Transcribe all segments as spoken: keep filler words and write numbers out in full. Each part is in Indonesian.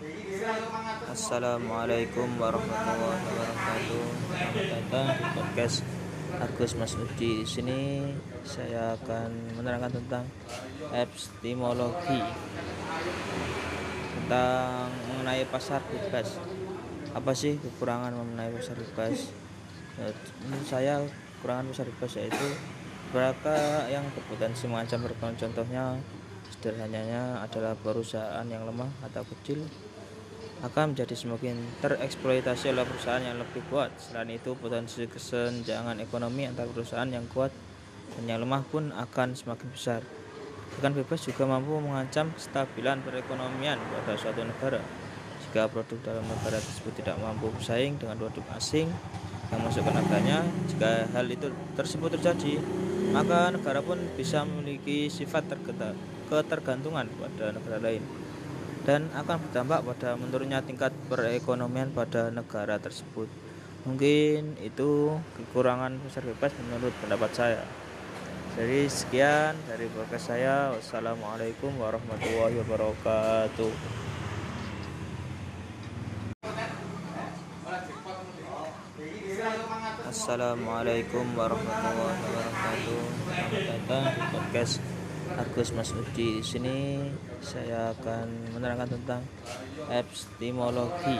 Assalamualaikum warahmatullahi wabarakatuh. Selamat datang di podcast Agus Mas Udi. Di sini saya akan menerangkan tentang epistemologi, tentang mengenai pasar bebas. Apa sih kekurangan mengenai pasar bebas? Menurut saya kekurangan pasar bebas yaitu beberapa yang berpotensi mengancam perekonomian. Contohnya sederhananya adalah perusahaan yang lemah atau kecil akan menjadi semakin tereksploitasi oleh perusahaan yang lebih kuat. Selain itu, potensi kesenjangan ekonomi antar perusahaan yang kuat dan yang lemah pun akan semakin besar. Tekan bebas juga mampu mengancam kestabilan perekonomian pada suatu negara. Jika produk dalam negara tersebut tidak mampu bersaing dengan produk asing yang masuk ke negaranya, jika hal itu tersebut terjadi, maka negara pun bisa memiliki sifat ketergantungan pada negara lain dan akan berdampak pada menurunnya tingkat perekonomian pada negara tersebut. Mungkin itu kekurangan pasar bebas menurut pendapat saya. Jadi sekian dari podcast saya. Wassalamualaikum warahmatullahi wabarakatuh. Assalamualaikum warahmatullahi wabarakatuh. Selamat datang di podcast Agus Mas Udi. Di sini saya akan menerangkan tentang epistemologi,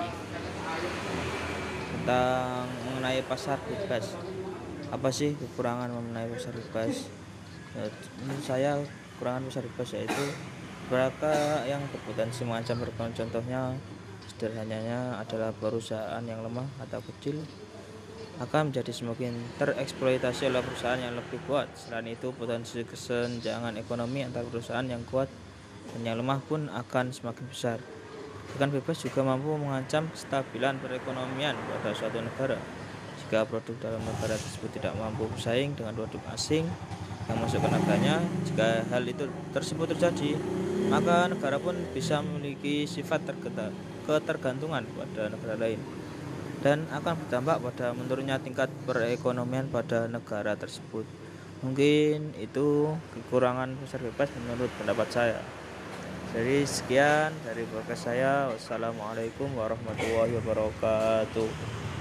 tentang mengenai pasar bebas. Apa sih kekurangan mengenai pasar bebas? Menurut saya kekurangan pasar bebas yaitu beberapa yang berpotensi mengancam perekonomian. Contohnya sederhananya adalah perusahaan yang lemah atau kecil akan menjadi semakin tereksploitasi oleh perusahaan yang lebih kuat. Selain itu, potensi kesenjangan ekonomi antar perusahaan yang kuat dan yang lemah pun akan semakin besar. Tekan bebas juga mampu mengancam kestabilan perekonomian pada suatu negara. Jika produk dalam negara tersebut tidak mampu bersaing dengan produk asing yang masuk ke negaranya, jika hal itu tersebut terjadi, maka negara pun bisa memiliki sifat ketergantungan pada negara lain dan akan berdampak pada menurunnya tingkat perekonomian pada negara tersebut. Mungkin itu kekurangan pasar bebas menurut pendapat saya. Jadi sekian dari podcast saya. Wassalamualaikum warahmatullahi wabarakatuh.